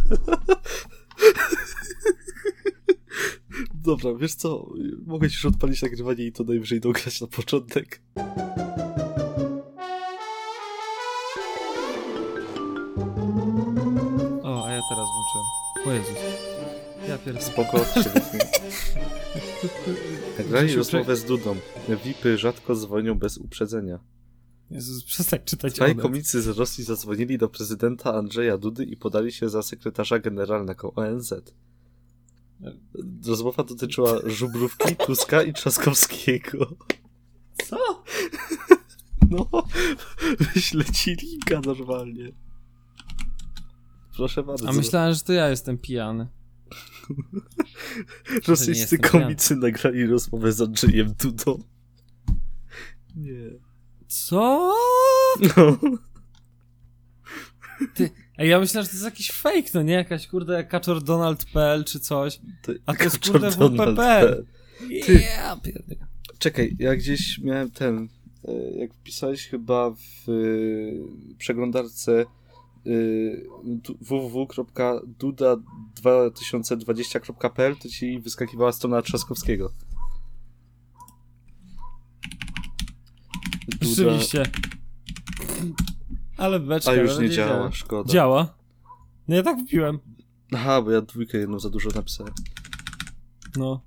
Dobra, wiesz co? Mogę ci już odpalić nagrywanie i to najwyżej dograć na początek. O, a ja teraz włączyłem. O Jezus. Ja pierdolę. Spoko, nagrali rozmowę z Dudą. VIP-y rzadko dzwonią bez uprzedzenia. Jezus, przestań czytać Dwaj Onet. komicy z Rosji zadzwonili do prezydenta Andrzeja Dudy i podali się za sekretarza generalnego ONZ. Rozmowa dotyczyła Żubrówki, Tuska i Trzaskowskiego. Co? No, wyślę ci linka normalnie. Proszę bardzo. A myślałem, że to ja jestem pijany. Rosyjscy komicy nagrali rozmowę z Andrzejem Dudą. Nie. Co? No. Ty, a ja myślałem, że to jest jakiś fake, no nie? Jakaś kurde kaczordonald.pl czy coś. A to jest kurde WP.pl. Yeah, pierdolę. Czekaj, ja gdzieś miałem jak wpisałeś chyba w przeglądarce www.duda2020.pl, to ci wyskakiwała strona Trzaskowskiego. Rzeczywiście. Ale beczka. A już nie działa, szkoda. Działa? No ja tak wpiłem. Aha, bo ja dwójkę jedną za dużo napisałem. No.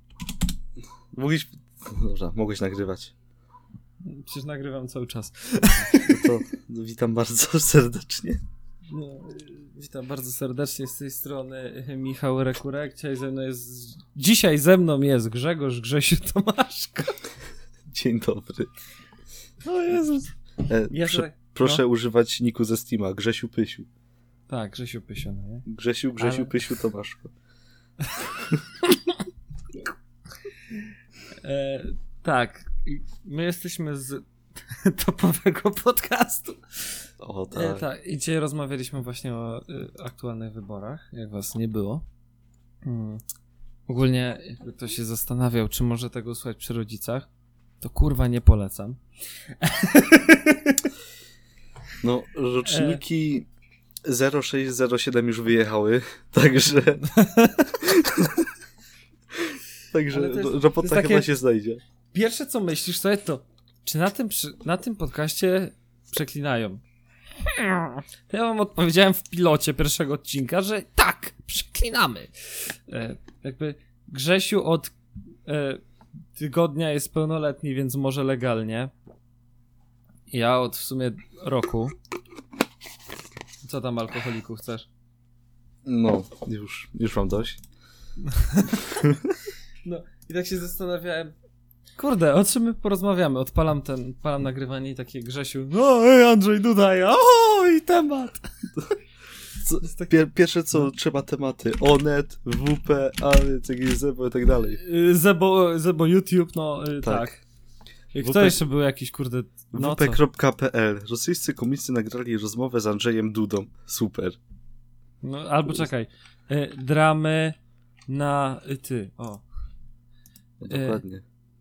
Mogłeś nagrywać. Przecież nagrywam cały czas. No to witam bardzo serdecznie. No, witam bardzo serdecznie z tej strony Michał Rekurek. Dzisiaj ze mną jest Grzegorz Grzesiu Tomaszko. Dzień dobry. O Jezus. Proszę używać niku ze Steama. Grzesiu Pysiu. Tak, Grzesiu Pysiu, no nie? Grzesiu, Pysiu, Tomaszko. Tak. My jesteśmy z topowego podcastu. O, tak. Tak. I dzisiaj rozmawialiśmy właśnie o aktualnych wyborach, jak was nie było. Ogólnie, jakby ktoś się zastanawiał, czy może tego słuchać przy rodzicach, to kurwa nie polecam. No, roczniki 0607 już wyjechały, także... Także robota chyba się znajdzie. Pierwsze, co myślisz sobie, to czy na tym podcaście przeklinają? To ja wam odpowiedziałem w pilocie pierwszego odcinka, że tak, przeklinamy. Jakby Grzesiu od tygodnia jest pełnoletni, więc może legalnie. Ja od w sumie roku. Co tam, alkoholiku, chcesz? No, już mam dość. No, i tak się zastanawiałem. Kurde, o czym my porozmawiamy? Odpalam nagrywanie i takie Grzesiu. No, Andrzej Duda, i temat. Pierwsze co trzeba tematy. Onet, WP, Zebo i tak dalej. Zebo YouTube, no tak. Kto jeszcze był jakiś, kurde... No, WP.pl. Rosyjscy komicy nagrali rozmowę z Andrzejem Dudą. Super. No, albo czekaj. Dramy na... O. No, dokładnie.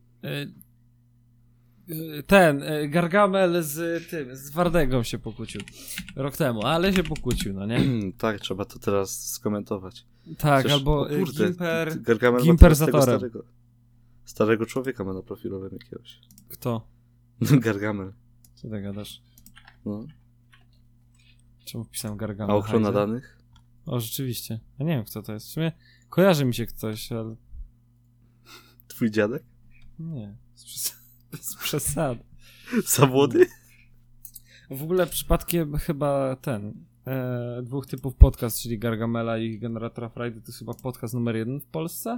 Gargamel z Wardęgą się pokłócił rok temu, ale się pokłócił, no nie? Tak, trzeba to teraz skomentować. Tak, przecież, albo Gimper Zatorem. Starego człowieka ma na profilowym jakiegoś. Kto? Gargamel. Co ty gadasz? No. Czemu pisałem Gargamel? A ochrona danych? O, rzeczywiście. Ja nie wiem, kto to jest. W sumie kojarzy mi się ktoś, ale... Twój dziadek? Nie. Bez przesad. Za młody? W ogóle przypadkiem chyba dwóch typów podcast, czyli Gargamela i Generatora Friday, to jest chyba podcast numer 1 w Polsce?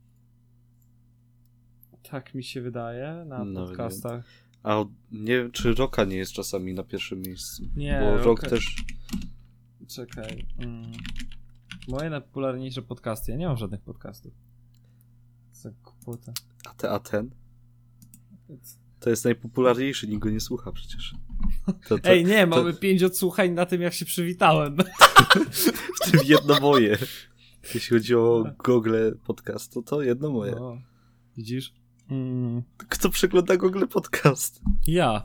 Tak mi się wydaje, na podcastach. A nie wiem, czy Roka nie jest czasami na pierwszym miejscu. Nie, bo Rock też... Czekaj. Moje najpopularniejsze podcasty. Ja nie mam żadnych podcastów. Co kupota. A ten? To jest najpopularniejszy, nikt go nie słucha przecież. Ej, nie, mamy 5 odsłuchań na tym, jak się przywitałem. W tym jedno moje. Jeśli chodzi o Google Podcast, to jedno moje. O, widzisz? Kto przegląda Google Podcast? Ja.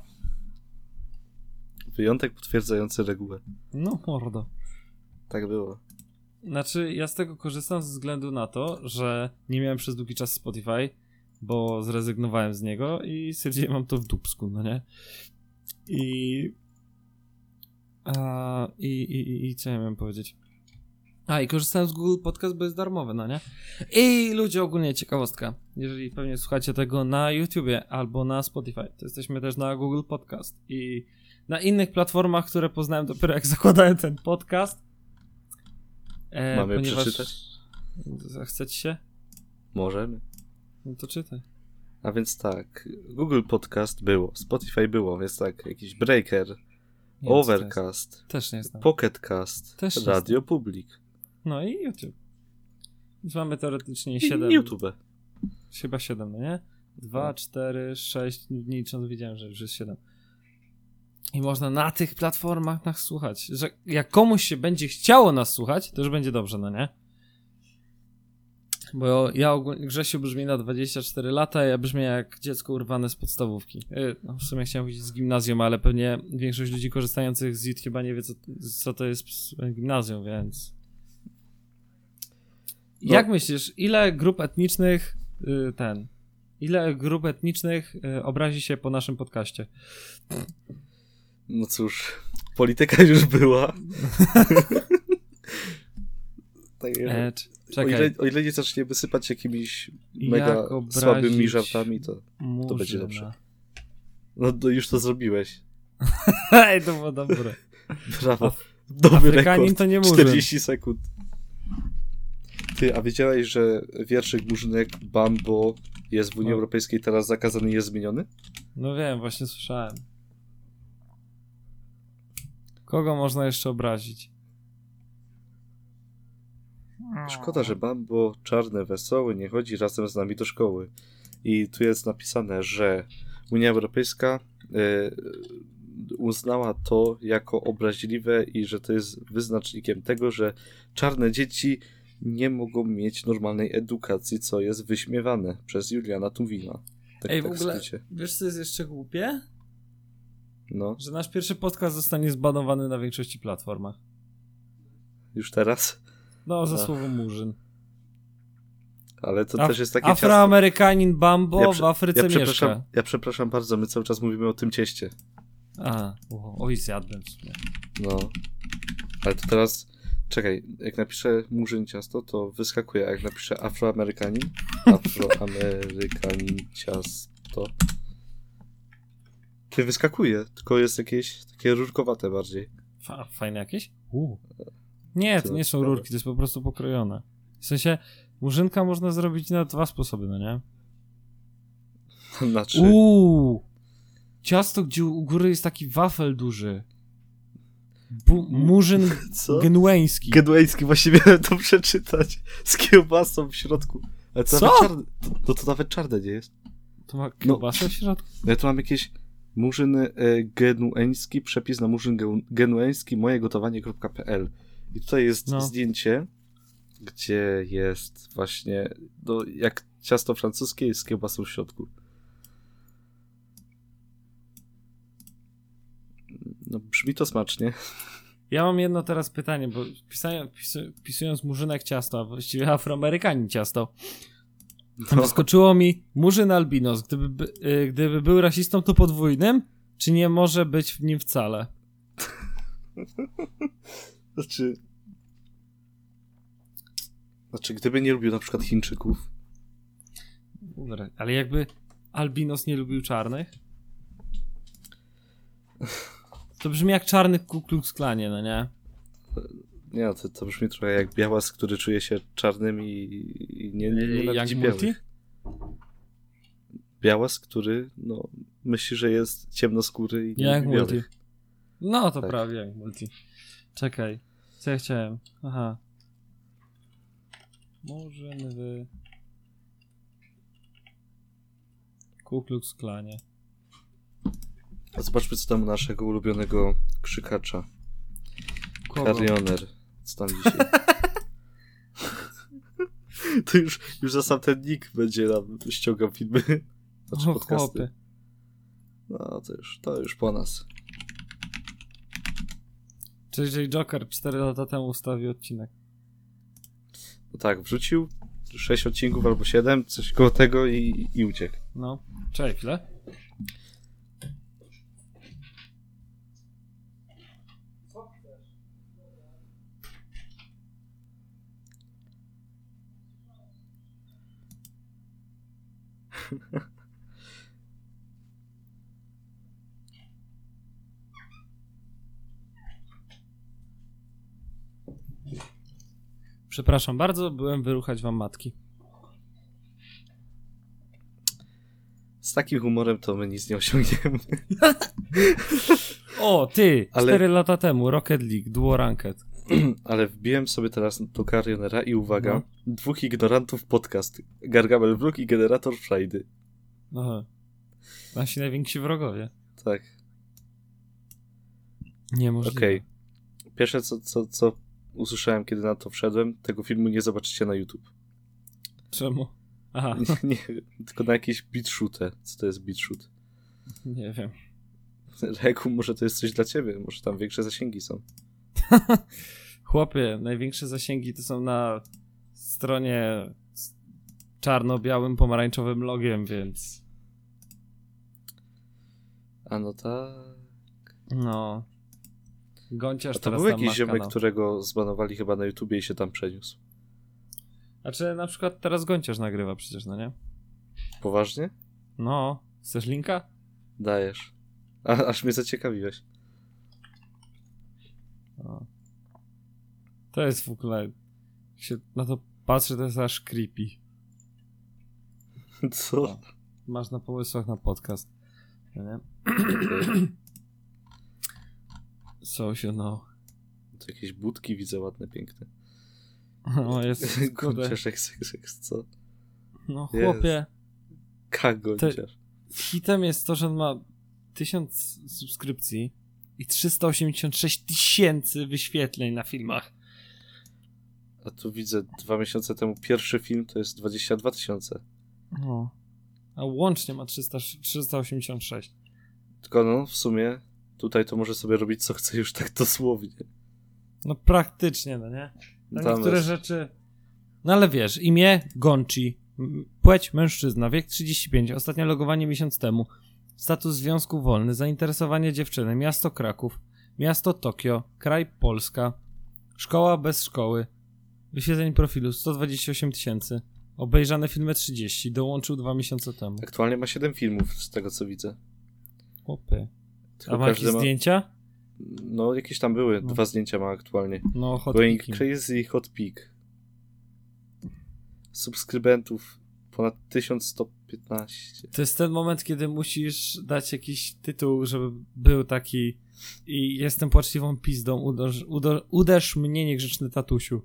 Wyjątek potwierdzający regułę. No, mordo. Tak było. Znaczy, ja z tego korzystam ze względu na to, że nie miałem przez długi czas Spotify, bo zrezygnowałem z niego i stwierdziłem, mam to w dupsku, no nie? I co ja miałem powiedzieć? I korzystałem z Google Podcast, bo jest darmowy, no nie? I ludzie, ogólnie ciekawostka. Jeżeli pewnie słuchacie tego na YouTubie albo na Spotify, to jesteśmy też na Google Podcast i na innych platformach, które poznałem dopiero jak zakładałem ten podcast. Mamy przeczytać? Chcecie się? Możemy. No to czytaj. A więc tak, Google Podcast było, Spotify było, więc tak, jakiś Breaker, Nie, Overcast, też nie znam. Pocket Cast, Też nie Radio Public No i YouTube. Więc mamy teoretycznie i 7. YouTube. Chyba 7, no nie? 2, No. 4, 6, nie licząc, wiedziałem, że już jest 7. I można na tych platformach nas słuchać. Że jak komuś się będzie chciało nas słuchać, to już będzie dobrze, no nie? Bo ja ogólnie, Grzesiu brzmi na 24 lata, ja brzmię jak dziecko urwane z podstawówki. No w sumie chciałem powiedzieć z gimnazjum, ale pewnie większość ludzi korzystających z YouTube'a nie wie, co to jest gimnazjum, więc... No. Jak myślisz, ile grup etnicznych obrazi się po naszym podcaście? No cóż, polityka już była. Tak, Czekaj. o ile nie zaczniemy sypać jakimiś Jak mega obrazić słabymi żartami, to będzie dobrze. No to już to zrobiłeś. Ej, to było dobre. Brawo. Nowy Afrykanin rekord. to nie murzyn. 40 sekund. Ty, a wiedziałeś, że wierszyk Murzynek Bambo jest w Unii No. Europejskiej teraz zakazany i jest zmieniony? No wiem, właśnie słyszałem. Kogo można jeszcze obrazić? Szkoda, że Bambo czarny, wesoły nie chodzi razem z nami do szkoły. I tu jest napisane, że Unia Europejska uznała to jako obraźliwe i że to jest wyznacznikiem tego, że czarne dzieci nie mogą mieć normalnej edukacji, co jest wyśmiewane przez Juliana Tuwima. Tak, Ej, w tak ogóle, skrócie. wiesz co jest jeszcze głupie? No, Że nasz pierwszy podcast zostanie zbanowany na większości platformach. już teraz. No, za Ach. słowo murzyn. Ale to też jest takie ciasto. Afroamerykanin Bambo Ja w Afryce mieszka. Ja przepraszam bardzo, my cały czas mówimy o tym cieście. Oj, zjadłem w sumie. No. Ale to teraz... Czekaj, jak napiszę murzyn ciasto, to wyskakuje, a jak napiszę afroamerykanin ciasto, to wyskakuje, tylko jest jakieś takie rurkowate bardziej. Fajne jakieś? Nie, to nie są dobra. rurki, to jest po prostu pokrojone. W sensie, murzynka można zrobić na 2 sposoby, no nie? Znaczy, Ciasto, gdzie u góry jest taki wafel duży. Murzyn co? genueński. Genueński, właśnie miałem to przeczytać, z kiełbasą w środku. Ale to Co? nawet czarne, to nawet czarne nie jest. To ma kiełbasę w środku? Ja tu mam jakieś murzyn genueński, przepis na murzyn genueński mojegotowanie.pl i tutaj jest zdjęcie, gdzie jest właśnie jak ciasto francuskie jest z kiełbasą w środku. No brzmi to smacznie. Ja mam jedno teraz pytanie, bo pisując murzynek ciasto, a właściwie afroamerykanin ciasto, wyskoczyło mi murzyn albinos. Gdyby był rasistą, to podwójnym? Czy nie może być w nim wcale? Znaczy, gdyby nie lubił na przykład Chińczyków. Ale jakby albinos nie lubił czarnych? To brzmi jak czarny Ku Klux Klanie, no nie? Nie, to brzmi trochę jak białas, który czuje się czarnym i nie nienawidzi białych. Białas, który myśli, że jest ciemnoskóry i nie jak lubi multi. białych. No to Tak. prawie jak multi. Czekaj, co ja chciałem? Aha. Murzyn w Ku Klux Klanie. A zobaczmy, co tam naszego ulubionego krzykacza. Kogo? Karioner. Co tam dzisiaj? To już za sam ten nick będzie nam ściągał filmy. Znaczy podcasty. Chłopie. No, to już po nas. JJ Joker 4 lata temu ustawił odcinek. No tak, wrzucił 6 odcinków albo 7, coś koło tego i uciekł. No, czekaj chwilę. Przepraszam bardzo, byłem wyruchać wam matki. Z takim humorem to my nic nie osiągniemy. O, ty! 4 lata temu, Rocket League, Duo Ranked. Ale wbiłem sobie teraz do Carrionera i uwaga, 2 ignorantów podcast. Gargamel Wróg i Generator Frajdy. Aha. Nasi najwięksi wrogowie. Tak. Niemożliwe. Okej. Pierwsze co usłyszałem, kiedy na to wszedłem, tego filmu nie zobaczycie na YouTube. Czemu? Aha. Nie, tylko na jakieś BitShoot'e. Co to jest BitShoot? Nie wiem. Reku, może to jest coś dla ciebie, może tam większe zasięgi są. Chłopie, największe zasięgi to są na stronie z czarno-białym, pomarańczowym logiem, więc... A no tak. No. Gonciarz A to teraz był tam jakiś ma ziomek, kanał. którego zbanowali chyba na YouTubie i się tam przeniósł. Znaczy na przykład teraz Gonciarz nagrywa przecież, no nie? Poważnie? No. Chcesz linka? Dajesz. Aż mnie zaciekawiłeś. No. To jest w ogóle... Jak się na to patrzy, to jest aż creepy. Co? No. Masz na pomysłach na podcast. No nie? So you know. To jakieś budki widzę ładne, piękne. No jest... Gonciarz XXX, co? No chłopie... Gonciarz. Hitem jest to, że on ma 1000 subskrypcji i 386 000 wyświetleń na filmach. A tu widzę 2 miesiące temu pierwszy film to jest 22 000. No. A łącznie ma 386. Tylko no, w sumie tutaj to może sobie robić co chce już tak dosłownie. No praktycznie, no nie? Na Tam niektóre jest. rzeczy... No ale wiesz, imię Gonchi, płeć mężczyzna, wiek 35, ostatnie logowanie miesiąc temu, status związku wolny, zainteresowanie dziewczyny, miasto Kraków, miasto Tokio, kraj Polska, szkoła bez szkoły, wyświetleń profilu 128 000, obejrzane filmy 30, dołączył 2 miesiące temu. Aktualnie ma 7 filmów z tego co widzę. Opy. Tylko A ma jakieś zdjęcia? No jakieś tam były, No. 2 zdjęcia ma aktualnie. No, hot Going picking. Crazy Hot Peak. Subskrybentów ponad 1115. To jest ten moment, kiedy musisz dać jakiś tytuł, żeby był taki i jestem płaczliwą pizdą, uderz mnie niegrzeczny tatusiu.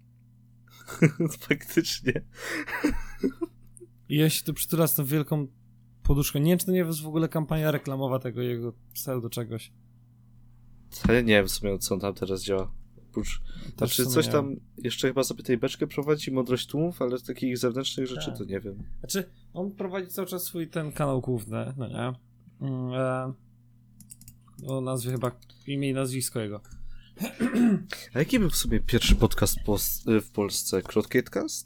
Faktycznie. I on się tu przytula z tą wielką poduszką. Nie wiem, czy to nie jest w ogóle kampania reklamowa tego jego pseudo czegoś. Ale nie wiem w sumie, co on tam teraz działa. Oprócz, znaczy coś tam jeszcze chyba sobie tej beczkę prowadzi, Mądrość Tłumów, ale z takich zewnętrznych rzeczy Tak. to nie wiem. Znaczy, on prowadzi cały czas swój ten kanał główny, no nie? O nazwie chyba imię i nazwisko jego. A jaki był w sumie pierwszy podcast w Polsce? Crocketcast?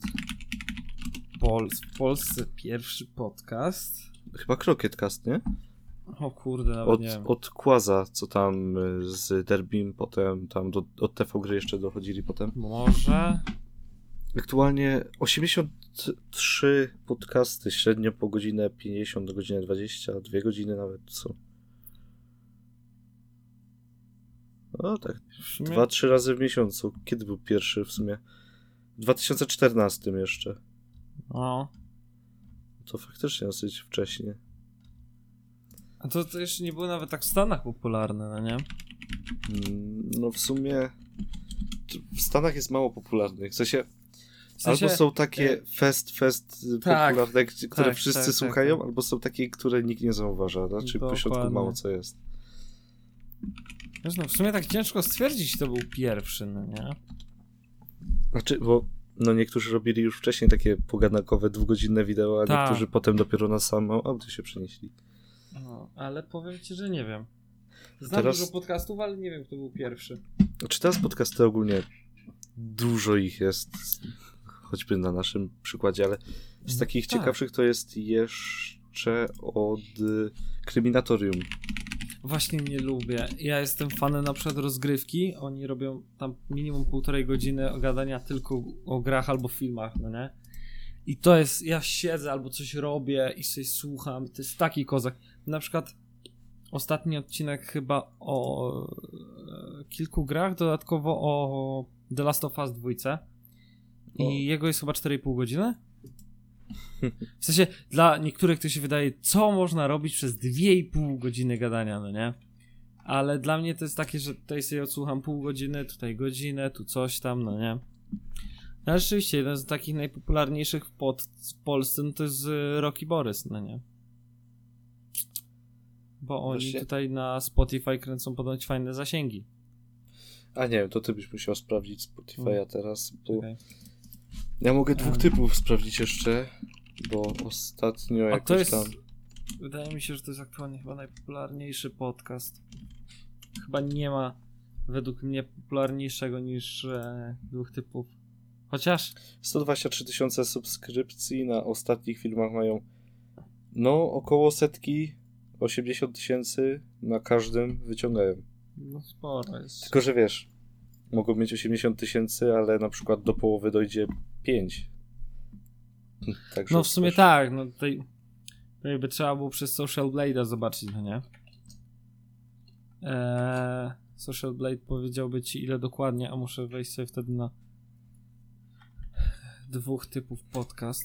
W Polsce pierwszy podcast? Chyba Crocketcast, nie? O kurde, nawet nie wiem. Od Kłaza, co tam z Derbim, potem tam od TV Gry jeszcze dochodzili potem. Może? Aktualnie 83 podcasty, średnio po godzinę 50 do godziny 20, 2 godziny nawet są. No tak, W sumie... 2-3 razy w miesiącu. Kiedy był pierwszy w sumie? W 2014 jeszcze. No. To faktycznie dosyć wcześnie. A to jeszcze nie było nawet tak w Stanach popularne, no nie? No w sumie w Stanach jest mało popularnych. W sensie sensie, albo są takie tak, popularne, które tak, wszyscy tak, słuchają, tak. albo są takie, które nikt nie zauważa. Znaczy pośrodku Dokładnie. mało co jest. Wiesz, no w sumie tak ciężko stwierdzić, kto był pierwszy, no nie? Znaczy, bo no niektórzy robili już wcześniej takie pogadankowe 2-godzinne wideo, a Tak. niektórzy potem dopiero na samo audio się przenieśli. No, ale powiem ci, że nie wiem. Znam Teraz- dużo podcastów, ale nie wiem, kto był pierwszy. Czy teraz podcasty ogólnie dużo ich jest? choćby na naszym przykładzie, ale z takich ciekawszych to jest jeszcze od Kryminatorium. Właśnie nie lubię. Ja jestem fanem na przykład rozgrywki. Oni robią tam minimum 1,5 godziny gadania tylko o grach albo filmach, no nie? I to jest, ja siedzę albo coś robię i sobie słucham. To jest taki kozak. Na przykład ostatni odcinek chyba o kilku grach, dodatkowo o The Last of Us 2. I jego jest chyba 4,5 godziny. W sensie, dla niektórych to się wydaje, co można robić przez 2,5 godziny gadania, no nie? Ale dla mnie to jest takie, że tutaj sobie odsłucham pół godziny, tutaj godzinę, tu coś tam, no nie? No rzeczywiście, jeden z takich najpopularniejszych w Polsce, no to jest Rocky Borys, no nie? Bo oni Właśnie... tutaj na Spotify kręcą ponoć fajne zasięgi. A nie wiem, to ty byś musiał sprawdzić Spotify'a teraz, bo... Okay. Ja mogę 2 typów sprawdzić jeszcze, bo ostatnio jakoś to jest, tam... Wydaje mi się, że to jest aktualnie chyba najpopularniejszy podcast. Chyba nie ma według mnie popularniejszego niż 2 typów. Chociaż... 123 000 subskrypcji, na ostatnich filmach mają no około 100, 80 000 na każdym wyciągają. No sporo jest. Tylko, że wiesz, mogą mieć 80 000, ale na przykład do połowy dojdzie 5. Także no w sumie też... tak, no tutaj jakby trzeba było przez Social Blade'a zobaczyć, no nie? Social Blade powiedziałby ci ile dokładnie, a muszę wejść sobie wtedy na 2 typów podcast.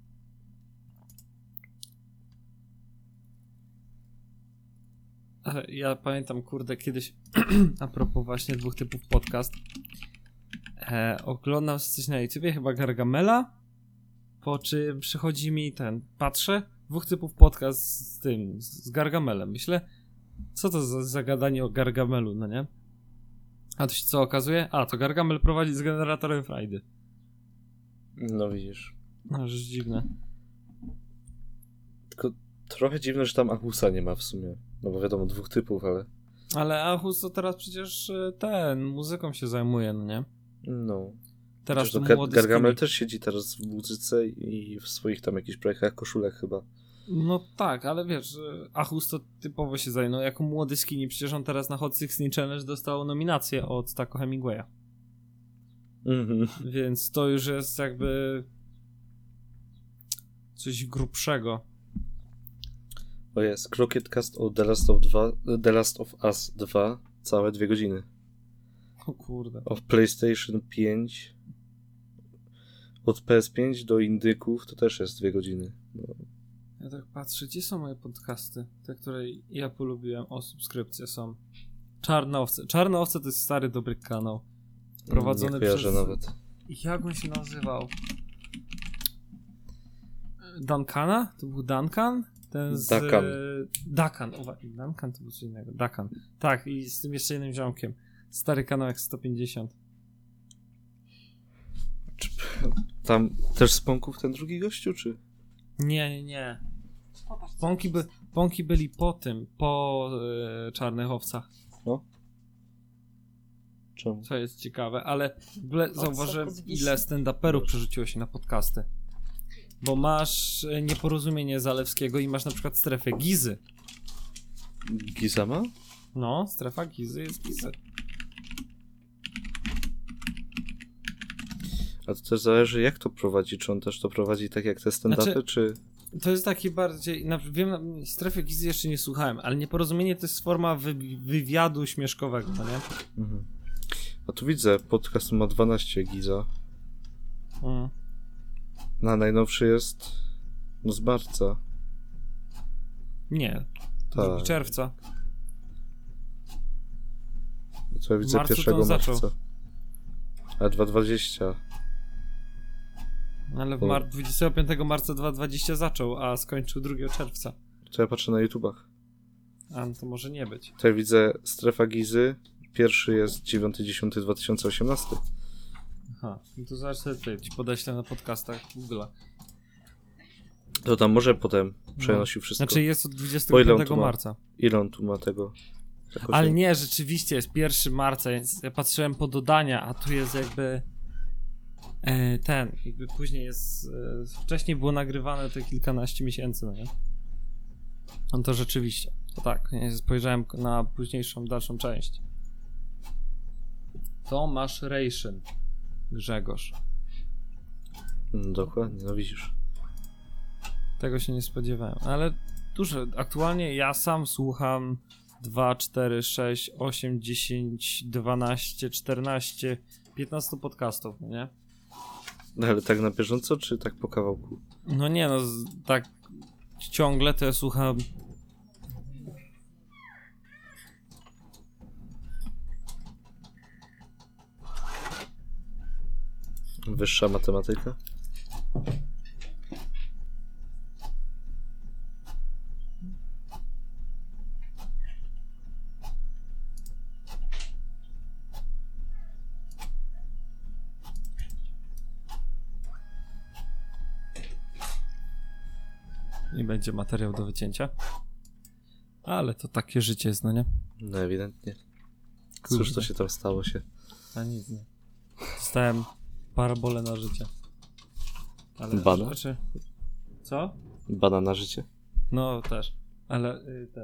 Ja pamiętam, kurde, kiedyś a propos właśnie 2 typów podcast oglądam coś na YouTubie, chyba Gargamela, po czym przychodzi mi patrzę, 2 typów podcast z Gargamelem. Myślę, co to za zagadanie o Gargamelu, no nie? A to się co okazuje? A, to Gargamel prowadzi z generatorem frajdy. No widzisz. No, że dziwne. Tylko trochę dziwne, że tam Achusa nie ma w sumie. No bo wiadomo, 2 typów, ale... Ale Achus to teraz przecież muzyką się zajmuje, no nie? No. Teraz to Gargamel też siedzi teraz w muzyce i w swoich tam jakichś projektach, koszulek chyba. No tak, ale wiesz, Achus to typowo się zajmuje. Jako młody skinny, przecież on teraz na Hot 16 Challenge dostał nominację od Taco Hemingwaya. Więc to już jest jakby coś grubszego. O jest, Crocketcast o The Last of Us 2 całe 2 godziny. O kurde. O PlayStation 5 od PS5 do Indyków to też jest 2 godziny. No. Ja tak patrzę, gdzie są moje podcasty? Te, które ja polubiłem, o subskrypcje są. Czarne Owce. Czarne Owce to jest stary, dobry kanał. Prowadzony nie kojarzę nawet. Jak on się nazywał? Duncana? To był Duncan? Ten z... Dakan. Duncan to był coś innego. Dakan. Tak, i z tym jeszcze jednym ziomkiem. Stary kanał jak 150. Czy tam też z Pąków ten drugi gościu, czy? Nie. Pąki byli po Czarnych Owcach. No. Czemu? Co jest ciekawe, ale w ogóle zauważyłem, ile stand-uperów przerzuciło się na podcasty. Bo masz Nieporozumienie Zalewskiego i masz na przykład Strefę Gizy. Giza ma? No, Strefa Gizy jest Gizy. A to też zależy, jak to prowadzi. Czy on też to prowadzi tak jak te stand-upy, czy... To jest taki bardziej... Wiem, Strefy Gizy jeszcze nie słuchałem, ale Nieporozumienie to jest forma wywiadu śmieszkowego, no nie? Mhm. A tu widzę, podcast ma 12 Giza. Na najnowszy jest z marca. Nie, 2 czerwca. Co ja widzę 1 marca. Zaczął. A 2.20. Ale 25 marca 2020 zaczął, a skończył 2 czerwca. To ja patrzę na YouTubach. A no to może nie być. To ja widzę Strefa Gizy. Pierwszy jest 9.10.2018. Aha, no to zaraz tutaj ci podeślę na podcastach Google'a. To tam może potem przenosił wszystko. Znaczy jest od 25 marca. Ile on tu ma tego? Ale nie, rzeczywiście jest 1 marca, więc ja patrzyłem po dodania, a tu jest jakby jakby później jest, wcześniej było nagrywane to kilkanaście miesięcy, no nie? No to rzeczywiście, to tak, spojrzałem na późniejszą, dalszą część. To masz Ration, Grzegorz. Dokładnie, no widzisz. Tego się nie spodziewałem, ale dużo, aktualnie ja sam słucham 2, 4, 6, 8, 10, 12, 14, 15 podcastów, no nie? No ale tak na bieżąco, czy tak po kawałku? No nie, no tak ciągle to ja słucham. Wyższa matematyka? I będzie materiał do wycięcia. Ale to takie życie jest, no nie? No ewidentnie. Kurde. Cóż to się tam stało się? A nic nie. Dostałem parabolę na życie. Ale Bana? Znaczy, co? Bana na życie? No też. Ale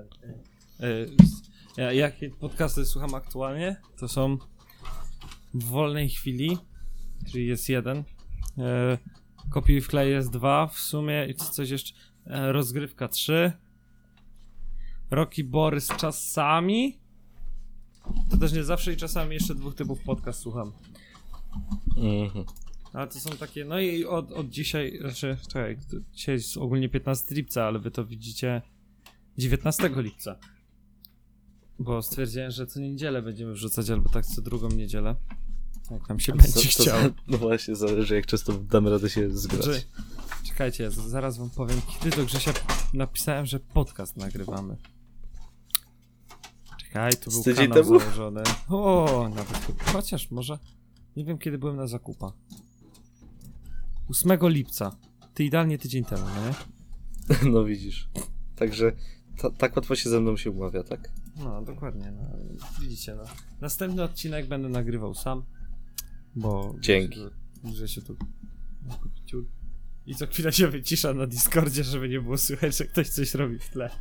jakie podcasty słucham aktualnie? To są W wolnej chwili, czyli jest jeden. Kopiuj wklej jest 2 w sumie i coś jeszcze. Rozgrywka 3. Rocky Borys czasami. To też nie zawsze i czasami jeszcze 2 typów podcast słucham. Mhm. Ale to są takie, no i od dzisiaj, znaczy, czekaj, dzisiaj jest ogólnie 15 lipca, ale wy to widzicie 19 lipca. Bo stwierdziłem, że co niedzielę będziemy wrzucać, albo tak co drugą niedzielę. Jak nam się będzie chciało. No właśnie, zależy jak często damy radę się zgrać. Czekajcie, zaraz wam powiem, kiedy do Grzesia napisałem, że podcast nagrywamy. Czekaj, tu był tydzień kanał temu? założony. O, nawet chociaż może, nie wiem kiedy byłem na zakupach. 8 lipca. Ty idealnie tydzień temu, no nie? No widzisz. Także tak łatwo się ze mną się umawia, tak? No, dokładnie. No. Widzicie, no. Następny odcinek będę nagrywał sam, bo... Dzięki. Że się tu... I co chwila się wycisza na Discordzie, żeby nie było słychać, że ktoś coś robi w tle.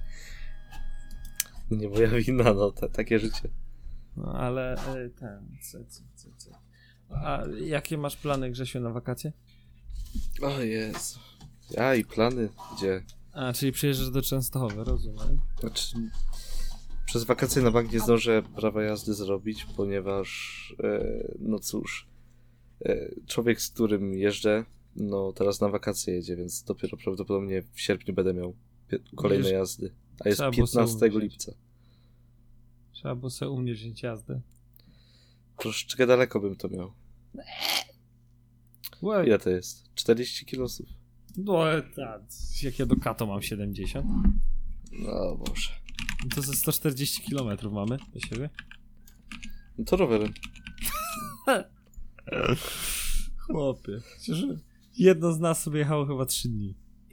Nie moja wina, no, takie życie. No, ale co. A jakie masz plany, Grzesiu, na wakacje? O Jezu. Ja i plany, gdzie? A, czyli przyjeżdżasz do Częstochowy, rozumiem. Znaczy, przez wakacje na bank nie zdążę prawa jazdy zrobić, ponieważ, no cóż, człowiek, z którym jeżdżę, no teraz na wakacje jedzie, więc dopiero prawdopodobnie w sierpniu będę miał kolejne jazdy. A jest 15 lipca. Trzeba było sobie u mnie wziąć jazdę. Troszeczkę daleko bym to miał. Ile to jest? 40 kilosów. No tak, jak ja do Kato mam 70. No Boże. To ze 140 km mamy do siebie. No to rowerem. Chłopie, przecież jedno z nas sobie jechało chyba 3 dni.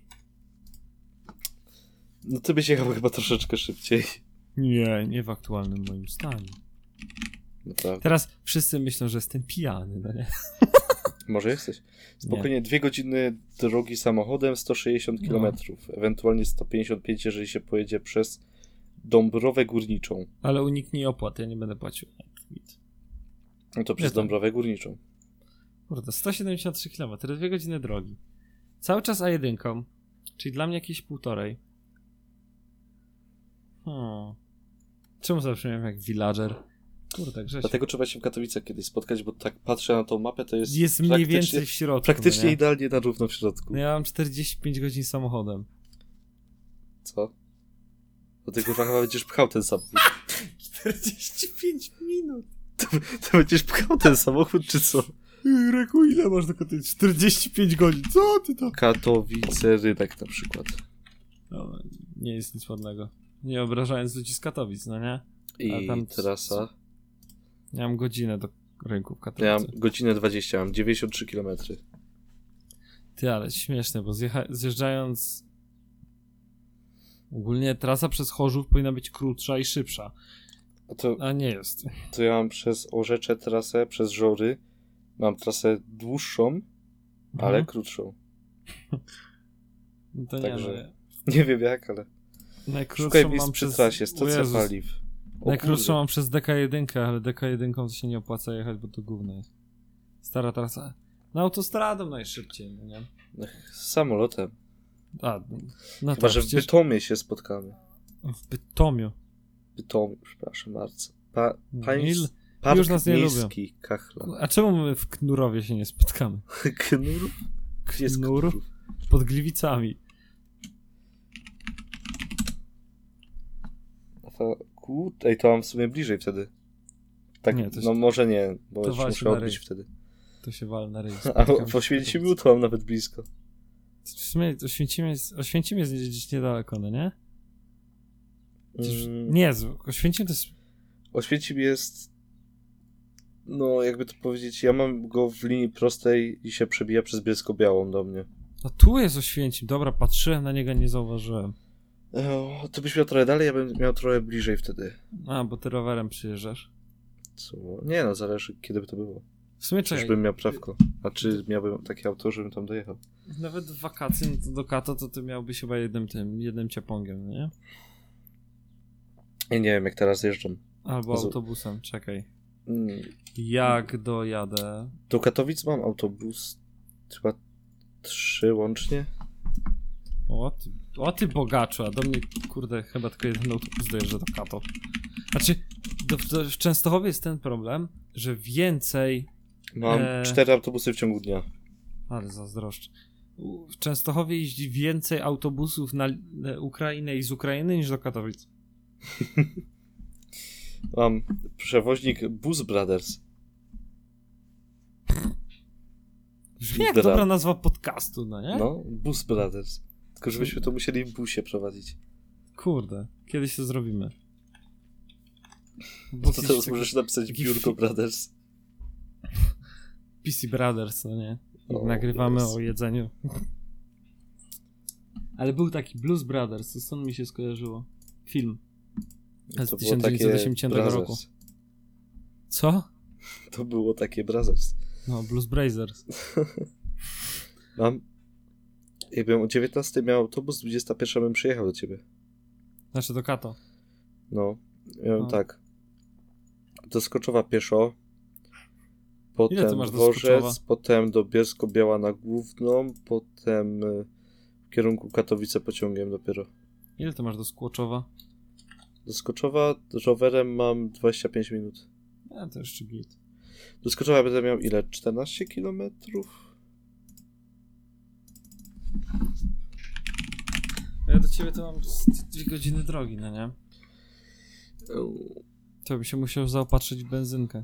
No ty byś jechał chyba troszeczkę szybciej. Nie w aktualnym moim stanie. Naprawdę. Teraz wszyscy myślą, że jestem pijany, no nie? Może jesteś. Spokojnie, 2 godziny drogi samochodem, 160 km. Ewentualnie 155, jeżeli się pojedzie przez Dąbrowę Górniczą. Ale uniknij opłat, ja nie będę płacił. No to przez Dąbrowę Górniczą. Kurde, 173 km, 2 godziny drogi. Cały czas A1, czyli dla mnie jakieś 1,5. Czemu zawsze miałem jak villager? Kurde, Grzesiu. Dlatego trzeba się w Katowicach kiedyś spotkać, bo tak patrzę na tą mapę, to jest mniej więcej w środku. Praktycznie idealnie na równo w środku. No ja mam 45 godzin samochodem. Co? Bo ty kurwa chyba będziesz pchał ten samochód. 45 minut. To będziesz pchał ten samochód, czy co? Reku, ile masz do Katowic? 45 godzin. Co ty to? Katowice, Rynek na przykład. No, nie jest nic ładnego. Nie obrażając ludzi z Katowic, no nie? I tam trasa? Ja mam godzinę do rynku w Katowicach. Ja mam godzinę 20, mam 93 km. Ty, ale śmieszne, bo zjeżdżając... Ogólnie trasa przez Chorzów powinna być krótsza i szybsza. A nie jest. To ja mam przez Orzecze trasę, przez Żory Mam trasę dłuższą, ale krótszą. No to także nie wiem jak, ale szukaj miejsc przy trasie, stacja paliw. Najkrótszą mam przez DK1, ale DK1 to się nie opłaca jechać, bo to gówno jest. Stara trasa. Na autostradą najszybciej, no nie? Z samolotem. No chyba, że w Bytomie się spotkamy. W Bytomiu? Bytomiu, przepraszam bardzo. Park już nas nie miejski lubią. Kachla. A czemu my w Knurowie się nie spotkamy? Knur? Gdzie jest Knur? Pod Gliwicami. Ej, to mam w sumie bliżej wtedy. Tak, nie, no może nie, bo to już muszę odbić wtedy. To się wal na ryj. A w Oświęcimiu to mam nawet blisko. W sumie Oświęcim jest gdzieś niedaleko, no nie? Nie, Oświęcim to jest... Oświęcim jest... No, jakby to powiedzieć, ja mam go w linii prostej i się przebija przez Bielsko-Białą do mnie. A tu jest Oświęcim, dobra, patrzyłem na niego, nie zauważyłem. To byś miał trochę dalej, ja bym miał trochę bliżej wtedy. A, bo ty rowerem przyjeżdżasz. Co? Nie no, zależy kiedy by to było. W sumie czekaj. Czyżbym miał prawko. A czy miałbym takie auto, żebym tam dojechał? Nawet w wakacje do Kato to ty miałbyś chyba jednym ciepongiem, no nie? Ja nie wiem, jak teraz jeżdżam. Albo autobusem, czekaj. Jak dojadę? Do Katowic mam autobus. Chyba 3 łącznie. O ty bogaczu, a do mnie, kurde, chyba tylko jeden autobus dojeżdża do Kato. Znaczy, w Częstochowie jest ten problem, że więcej... Mam 4 autobusy w ciągu dnia. Ale zazdroszczę. W Częstochowie jeździ więcej autobusów na Ukrainę i z Ukrainy niż do Katowic. Mam przewoźnik Bus Brothers. Brzmi jak dobra nazwa podcastu, no nie? No, Bus Brothers. Tylko żebyśmy to musieli w busie prowadzić. Kurde, kiedyś to zrobimy. Bo to teraz możesz napisać Biurko Brothers. PC Brothers, no nie? Nagrywamy o jedzeniu. Ale był taki Blues Brothers, to stąd mi się skojarzyło. Film. Z 1980 roku. Co? To było takie Brothers. No, Blues Brothers. Jakbym o 19 miał autobus, 21 bym przyjechał do ciebie. Znaczy do Kato. No, miałem tak. Do Skoczowa pieszo. Potem dworzec, potem do Bielsko-Biała na Główną, potem w kierunku Katowice pociągiem dopiero. Ile to masz do Skłoczowa? Do Skoczowa rowerem mam 25 minut. Ja to jeszcze git. Do Skoczowa będę miał ile? 14 kilometrów? Ja do ciebie to mam 2 godziny drogi, no nie? To bym się musiał zaopatrzyć w benzynkę.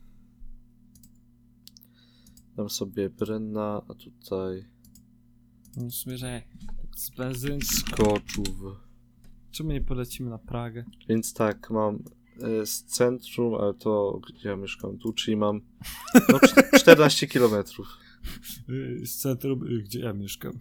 Dam sobie Brenna, a tutaj... W sumie, że z benzynki... Skoczów. Czemu nie polecimy na Pragę? Więc tak, mam z centrum, ale to gdzie ja mieszkam tu, czyli mam 14 kilometrów. Z centrum, gdzie ja mieszkam.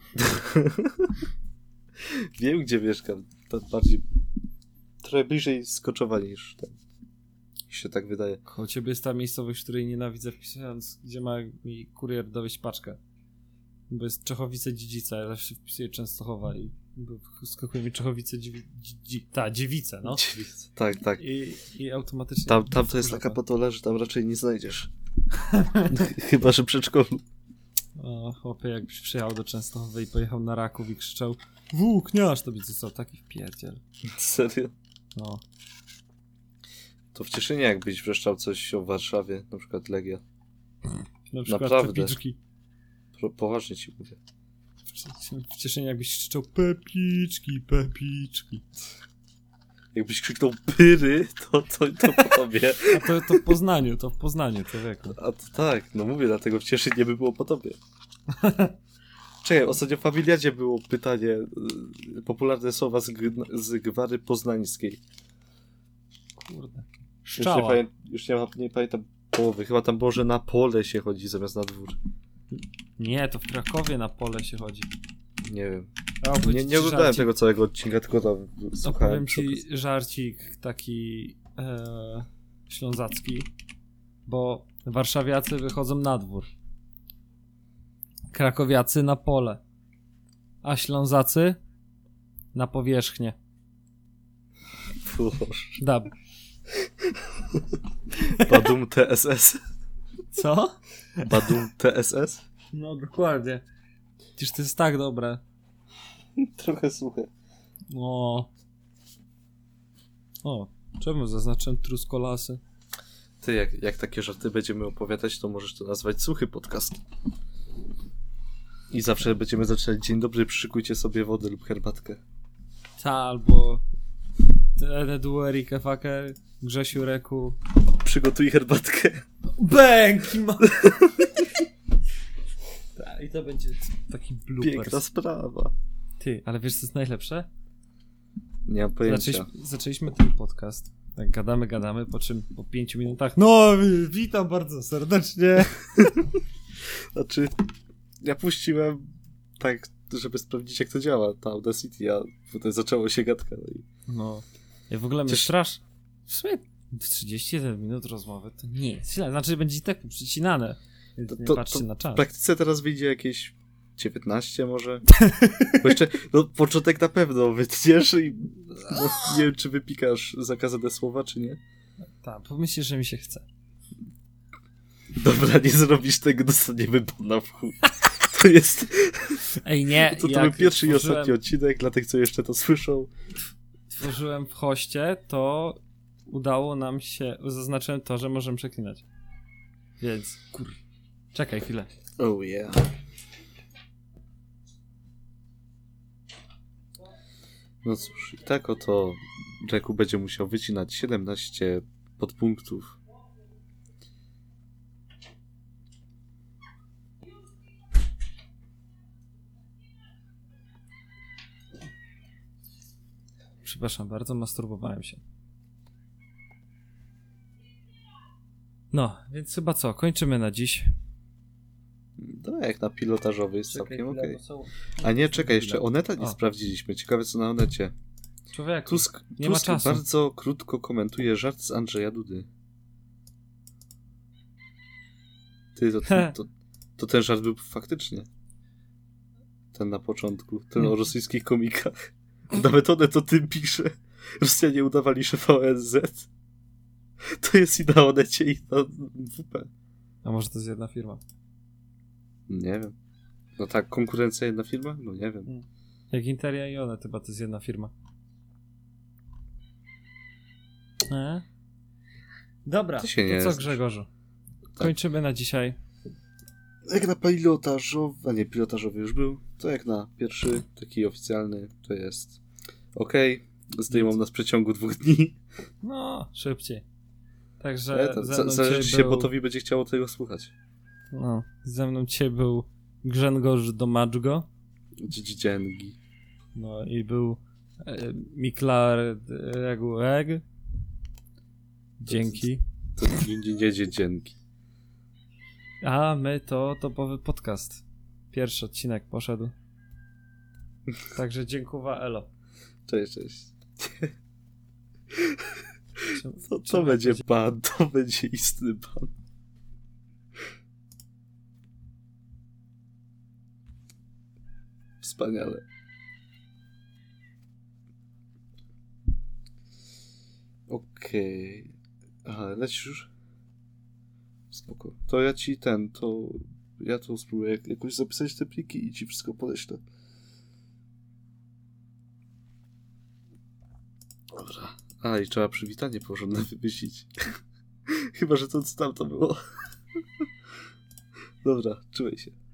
Wiem, gdzie mieszkam. To bardziej... Trochę bliżej Skoczowa niż ten. Się tak wydaje. Koło ciebie jest ta miejscowość, której nienawidzę, wpisując, gdzie ma mi kurier dowieść paczkę. Bo jest Czechowice-Dziedzica, ja zawsze wpisuję Częstochowa i skakuje mi Dziewice, no. Dziewice. Tak, tak. I automatycznie... Tam to jest taka patola, że tam raczej nie znajdziesz. Chyba, że przedszkolu. O, chłopie, jakbyś przyjechał do Częstochowy i pojechał na Raków i krzyczał włókniarz, to by co, taki wpierdziel. Serio? No. To w Cieszynie jakbyś wrzeszczał coś o Warszawie, na przykład Legia. Na przykład naprawdę. Pepiczki. Poważnie ci mówię. W Cieszynie jakbyś krzyczał Pepiczki. Jakbyś krzyknął pyry, to po tobie. A to w Poznaniu, człowieku. A to tak, no mówię, dlatego w Cieszynie by było po tobie. Czekaj, ostatnio w Familiadzie było pytanie, popularne słowa z gwary poznańskiej. Kurde. Szczała. Już nie pamiętam połowy. Chyba tam było, że na pole się chodzi zamiast na dwór. Nie, to w Krakowie na pole się chodzi. Nie wiem. Nie oglądałem tego całego odcinka, tylko tam słuchałem. Powiem ci żarcik taki ślązacki, bo Warszawiacy wychodzą na dwór. Krakowiacy na pole. A Ślązacy na powierzchnię. Boże. Dab. Badum TSS. Co? Badum TSS? No dokładnie. Przecież to jest tak dobre. Trochę suche. O, czemu zaznaczyłem truskolasy? Ty, jak takie żarty będziemy opowiadać, to możesz to nazwać suchy podcast. I zawsze będziemy zaczynać dzień dobry, przykujcie sobie wodę lub herbatkę. Albo Edu, Erika, Faker, Grzesiu, Reku. Przygotuj herbatkę. Bęki ma... I to będzie taki bloopers. Piękna sprawa. Ty, ale wiesz co jest najlepsze? Nie mam pojęcia. Zaczęliśmy ten podcast. Tak gadamy, po czym po 5 minutach no, witam bardzo serdecznie. Znaczy, ja puściłem tak, żeby sprawdzić jak to działa, ta Audacity, a potem zaczęło się gadka. No. Ja w ogóle mnie strasz... W sumie 31 minut rozmowy to nie jest źle. Znaczy będzie i tak przecinane. Nie patrzcie na czas. W praktyce teraz wyjdzie jakieś 19 może. Bo jeszcze, początek na pewno wytniesz i nie wiem, czy wypikasz zakazane słowa, czy nie. Tak, pomyślisz, że mi się chce. Dobra, nie zrobisz tego, dostaniemy bana w chuj. To jest... Ej, nie. To był pierwszy i ostatni odcinek, dla tych, co jeszcze to słyszą. Tworzyłem w hoście, to udało nam się... Zaznaczyłem to, że możemy przeklinać. Więc, czekaj chwilę. Oh yeah. No cóż, i tak oto Jacku będzie musiał wycinać 17 podpunktów. Przepraszam bardzo, masturbowałem się. No, więc chyba co, kończymy na dziś. No, jak na pilotażowy jest całkiem okej. A nie, czekaj, jeszcze Oneta nie sprawdziliśmy. Ciekawe co na Onecie. Człowieku, Tusk ma czasu. bardzo krótko komentuje żart z Andrzeja Dudy. Ty, to ten żart był faktycznie. Ten na początku. Ten o rosyjskich komikach. Nawet Onet o tym pisze. Rosjanie udawali szefa ONZ. To jest i na Onecie, i na WP. A może to jest jedna firma? Nie wiem. No tak, konkurencja jedna firma? No nie wiem. Jak Interia i Onet, chyba to jest jedna firma. Dobra, to co Grzegorzu? Tak. Kończymy na dzisiaj. Jak na pilotażowy, a nie, pilotażowy już był, to jak na pierwszy, taki oficjalny, to jest okej. Zdejmą nas w przeciągu 2 dni. No, szybciej. Także zależy się, botowi będzie chciało tego słuchać. No, ze mną dzisiaj był Grzegorz Domaczgo. Dzięgi. No i był Miklar Regueg. Dzięki. To nie dzięki. A my to topowy podcast. Pierwszy odcinek poszedł. Także dziękuję, elo. Cześć. To będzie ban, to będzie istny ban. Wspaniale. Okej. Aha, lecisz już? Spoko. To ja ci ja to spróbuję jakoś zapisać te pliki i ci wszystko podeślę. Dobra. A, i trzeba przywitanie porządne wymyślić. Chyba, że to co tam to było. Dobra, trzymaj się.